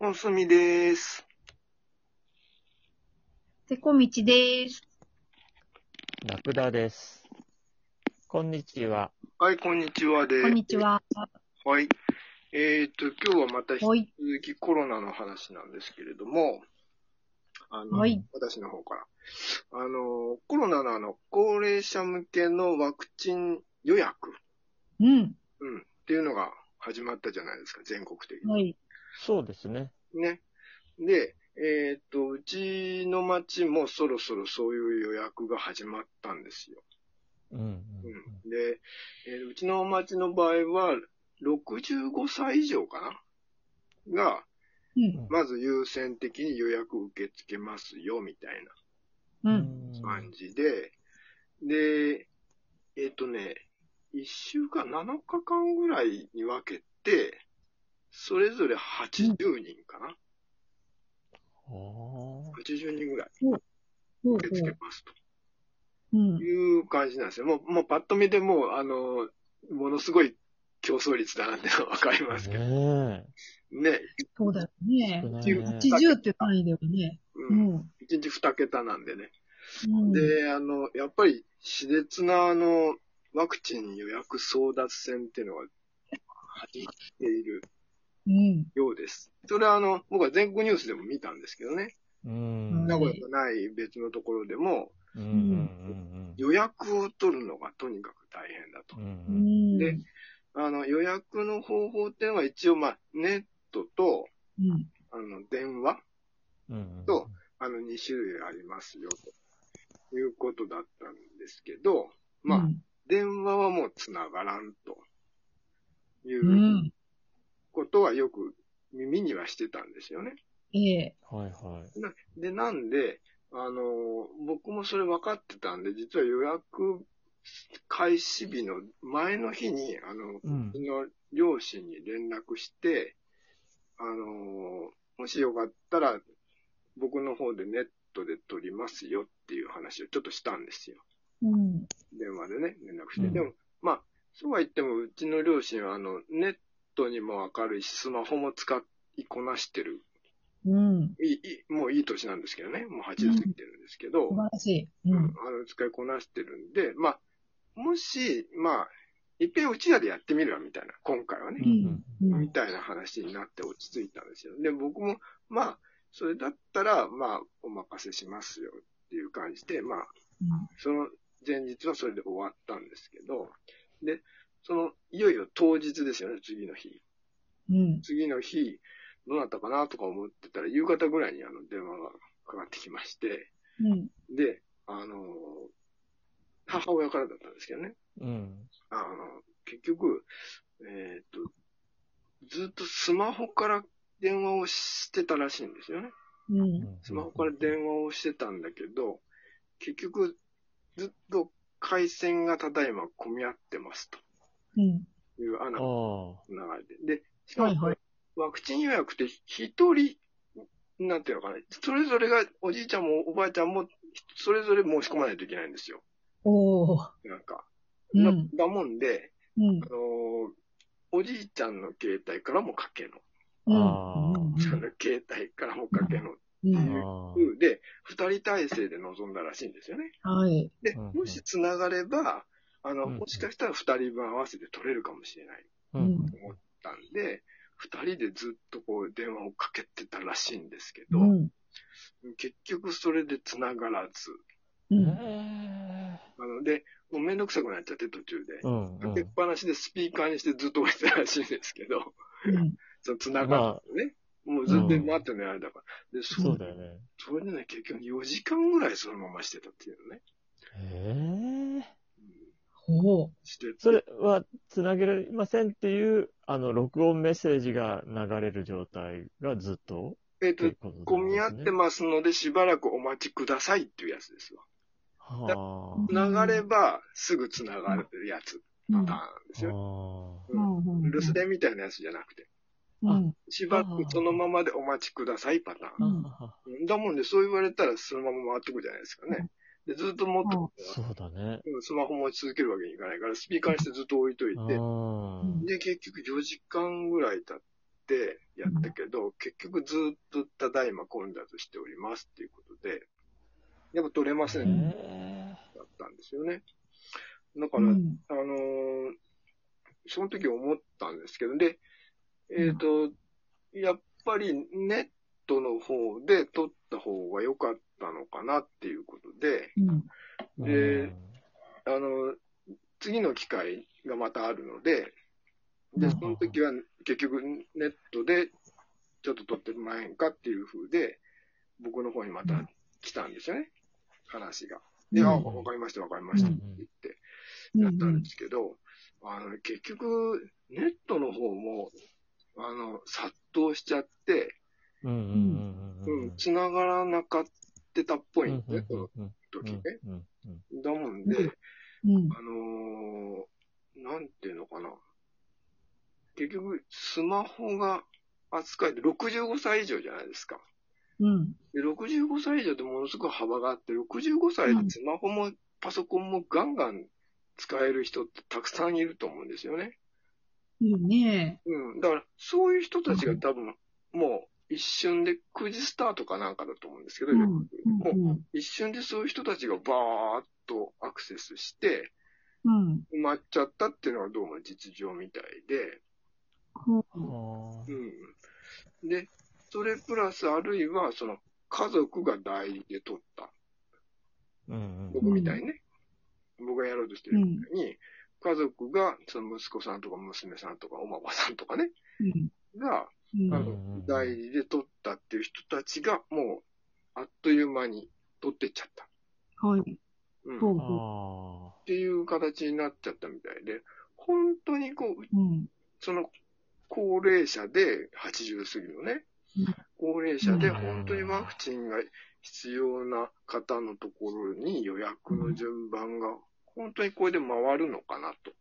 おすみです。 てこみちです。 ラクダです。こんにちは。 はい、こんにちはで。 こんにちは。 はい。今日はまた引きはい。 続きコロナの話なんですけれども、 はい。 私の方から。コロナの高齢者向けのワクチン予約、 うん。 っていうのが始まったじゃないですか、全国的に。 はい。 そうですね。 ね。で、うちの町もそろそろそういう予約が始まったんですよ。で、うちの町の場合は、65歳以上かなが、まず優先的に予約受け付けますよ、みたいな感じで、で、1週間、7日間ぐらいに分けて、それぞれ80人かな、80人ぐらい受け付けますという感じなんですよ。もうパッと見でもう、ものすごい競争率だなってのはわかりますけど。ね。 そうだよね。 ね 80って単位ではね。 1日2桁なんでね。で、やっぱり熾烈なワクチン予約争奪戦っていうのが始まっているようです。それは僕は全国ニュースでも見たんですけどね。名古屋じゃない別のところでも、予約を取るのがとにかく大変だと。で、予約の方法っていうのは一応、ネットと、電話と、2種類ありますよ、ということだったんですけど、電話はもう繋がらんということはよく耳にはしてたんですよね。で、なんで、僕もそれ分かってたんで、実は予約開始日の前の日に、うちの両親に連絡して、もしよかったら、僕の方でネットで取りますよっていう話をちょっとしたんですよ。電話でね、連絡して。でも、そうは言っても、うちの両親は、ネットにも明るいし、スマホも使いこなしてる。もういい年なんですけどね。もう80過ぎてるんですけど。 素晴らしい。 使いこなしてるんで、もし、いっぺんうちらでやってみるわ、みたいな。今回はね。みたいな話になって落ち着いたんですよ。で、僕も、それだったら、お任せしますよっていう感じで、その前日はそれで終わったんですけど、で、いよいよ当日ですよね、次の日。次の日、どうなったかなとか思ってたら、夕方ぐらいに電話がかかってきまして、で、母親からだったんですけどね。結局、ずっとスマホから電話をしてたらしいんですよね。スマホから電話をしてたんだけど、結局、ずっと回線がただいま混み合ってますと。いう流れで。で、しかも、ワクチン予約って一人、なんていうのかな、それぞれが、おじいちゃんもおばあちゃんも、それぞれ申し込まないといけないんですよ。なんか。だもんで、おじいちゃんの携帯からもかけの。おじいちゃんの携帯からもかけの。っていうで、二人体制で臨んだらしいんですよね。で、もし繋がれば、もしかしたら二人分合わせて取れるかもしれないと思ったんで、二人でずっとこう電話をかけてたらしいんですけど、結局それで繋がらず、で、もうめんどくさくなっちゃって途中で、かけっぱなしでスピーカーにしてずっと置いてたらしいんですけど、その繋がってね、もうずっと待ってね、あれだから。で、 そうだよね。 それでね、結局4時間ぐらいそのまましてたっていうのね。 それは繋げられませんっていう、録音メッセージが流れる状態がずっと混み合ってますので、しばらくお待ちくださいっていうやつですわ。繋がれば、すぐ繋がるやつ、パターンですよ。留守電みたいなやつじゃなくて。しばらくそのままでお待ちくださいパターン。だもんで、そう言われたらそのまま回ってくじゃないですかね。で、ずっと持ってそうだね。 スマホ持ち続けるわけにいかないから、スピーカーにしてずっと置いといて、で、結局4時間ぐらい経ってやったけど、結局ずっとただいま混雑しておりますっていうことで、やっぱ取れませんだったんですよね。だから、その時思ったんですけど、で、やっぱりネットの方で撮った方が良かったのかなっていうことで、で、次の機会がまたあるので、で、その時は結局ネットでちょっと撮ってもらえんかっていう風で、僕の方にまた来たんですよね、話が。で、わかりました、わかりましたって言ってやったんですけど、結局、ネットの方も、殺到しちゃって、繋がらなかったっぽいんですね、その時ね。だもんで、なんていうのかな。結局、スマホが扱えて65歳以上じゃないですか。で65歳以上でものすごく幅があって、65歳でスマホもパソコンもガンガン使える人ってたくさんいると思うんですよね。 いいね。 だから、そういう人たちが多分、もう一瞬で9時スタートかなんかだと思うんですけど、もう一瞬でそういう人たちがバーッとアクセスして、埋まっちゃったっていうのがどうも実情みたいで、で、それプラスあるいは、その家族が代理で取った。僕みたいにね。僕がやろうとしてるみたいに、家族が、その息子さんとか娘さんとかお孫さんとかね、が、代理で取ったっていう人たちが、もう、あっという間に取ってっちゃった。っていう形になっちゃったみたいで、本当にこう、その、高齢者で80過ぎのね、高齢者で本当にワクチンが必要な方のところに予約の順番が本当にこれで回るのかなと。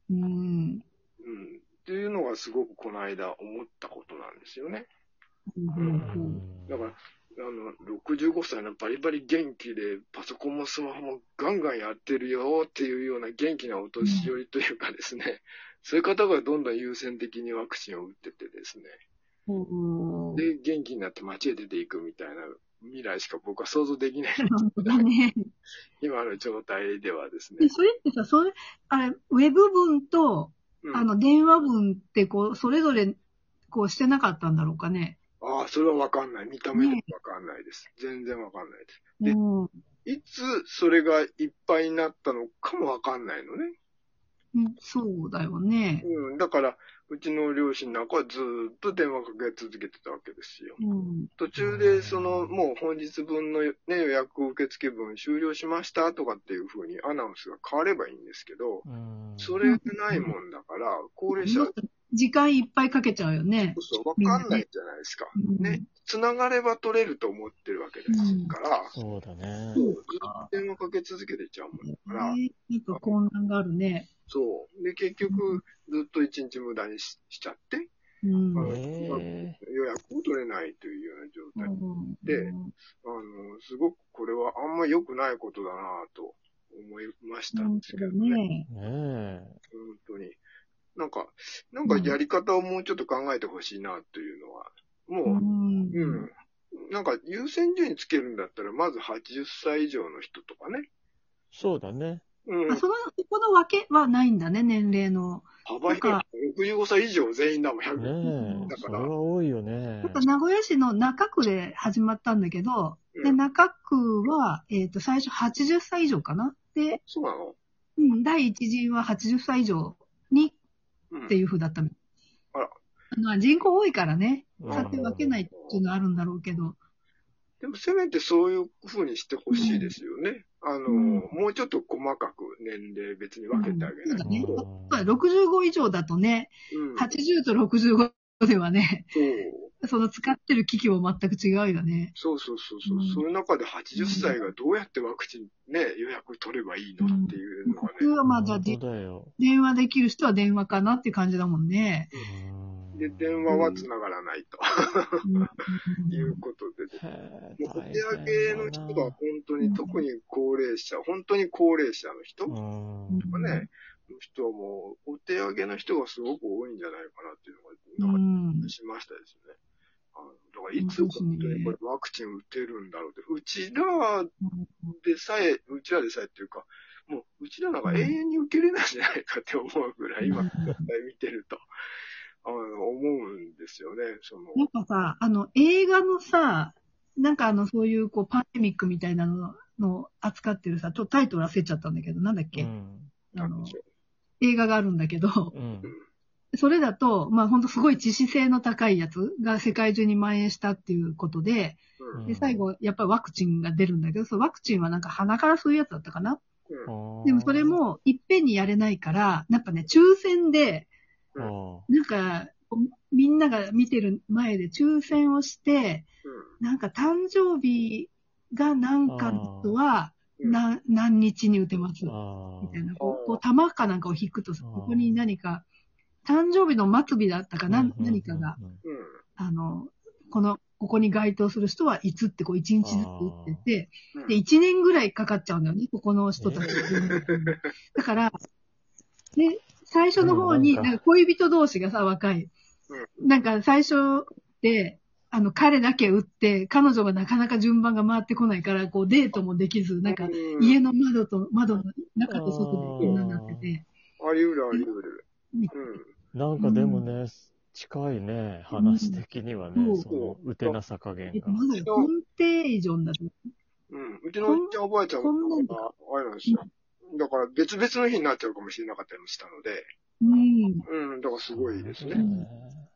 っていうのがすごくこの間思ったことなんですよね。だから、65歳のバリバリ元気でパソコンもスマホもガンガンやってるよっていうような元気なお年寄りというかですね、そういう方がどんどん優先的にワクチンを打っててですね、で、元気になって街へ出ていくみたいな未来しか僕は想像できない。今の状態ではですね。 それってさ、ウェブ文と、電話文ってこう、それぞれ、こうしてなかったんだろうかね。 ああ、それはわかんない。見た目でわかんないです。全然わかんないです。で、いつそれがいっぱいになったのかもわかんないのね。 そうだよね。 だから、うちの両親なんかはずーっと電話かけ続けてたわけですよ。途中で、もう本日分のね、予約受付分終了しましたとかっていう風にアナウンスが変わればいいんですけど、それがないもんだから、高齢者、 時間いっぱいかけちゃうよね。 わかんないじゃないですか。ね。繋がれば取れると思ってるわけですから。 そうだね。 ずっと電話かけ続けてちゃうもんだから。 なんか混乱があるね。 そう。で、結局、ずっと一日無駄にしちゃって、予約を取れないというような状態で、すごくこれはあんま良くないことだなと思いましたんですけどね。本当に。なんかやり方をもうちょっと考えてほしいなというのは、もう、なんか優先順位つけるんだったら、まず80歳以上の人とかね。 そうだね。 その分けはないんだね、年齢の。 幅広い。65歳以上全員だもん、100。 だから。それは多いよね。 なんか名古屋市の中区で始まったんだけど、で中区は、最初80歳以上かな。で、 そうなの？ 第一陣は80歳以上にっていう風だったの。人口多いからね、勝手分けないっていうのはあるんだろうけど。 でもせめてそういう風にしてほしいですよね。もうちょっと細かく年齢別に分けてあげないと。 そうだね。65以上だとね、80と65ではね、その使ってる機器も全く違うよね。 そう。その中で80歳がどうやってワクチンね、予約取ればいいのっていうのがね。 僕はまあじゃあ電話できる人は電話かなっていう感じだもんね。 で、電話は繋がらないと。いうことで、お手上げの人が本当に、特に本当に高齢者の人とかね、人はもう、お手上げの人がすごく多いんじゃないかなっていうのが、 しましたですね。だからいつ本当にこれワクチン打てるんだろうって、うちらでさえっていうか、もううちらなんか永遠に受けれないんじゃないかって思うぐらい、今、見てると、思うんですよね、 なんかさ、映画のさ、なんかそういうパンデミックみたいなの扱ってるさ、ちょっとタイトル忘れちゃったんだけど、なんだっけ、映画があるんだけど、それだと、まあ本当すごい致死性の高いやつが世界中に蔓延したっていうことで、で最後やっぱりワクチンが出るんだけど、そのワクチンはなんか鼻から吸うやつだったかな。でもそれもいっぺんにやれないから、なんかね、抽選で、なんかみんなが見てる前で抽選をして、なんか誕生日が何かの人は何日に打てますみたいな。玉かなんかを引くと、ここに何か、誕生日の末日だったかな、何かが、ここに該当する人はいつって1日ずつ打ってて、で、1年ぐらいかかっちゃうんだよね、ここの人たち。だから、で、最初の方に、なんか恋人同士がさ、若い。なんか最初で、彼だけ打って、彼女がなかなか順番が回ってこないから、デートもできず、なんか、家の窓の中と外でこんなになってて。 あり得るあり得る。 なんかでもね、近いね、話的にはね、その、打てなさ加減が。 まだコンテージョンだと。 うちのおっちゃんおばあちゃんも、あれなんですよ。だから別々の日になっちゃうかもしれなかったりもしたので。だからすごいですね。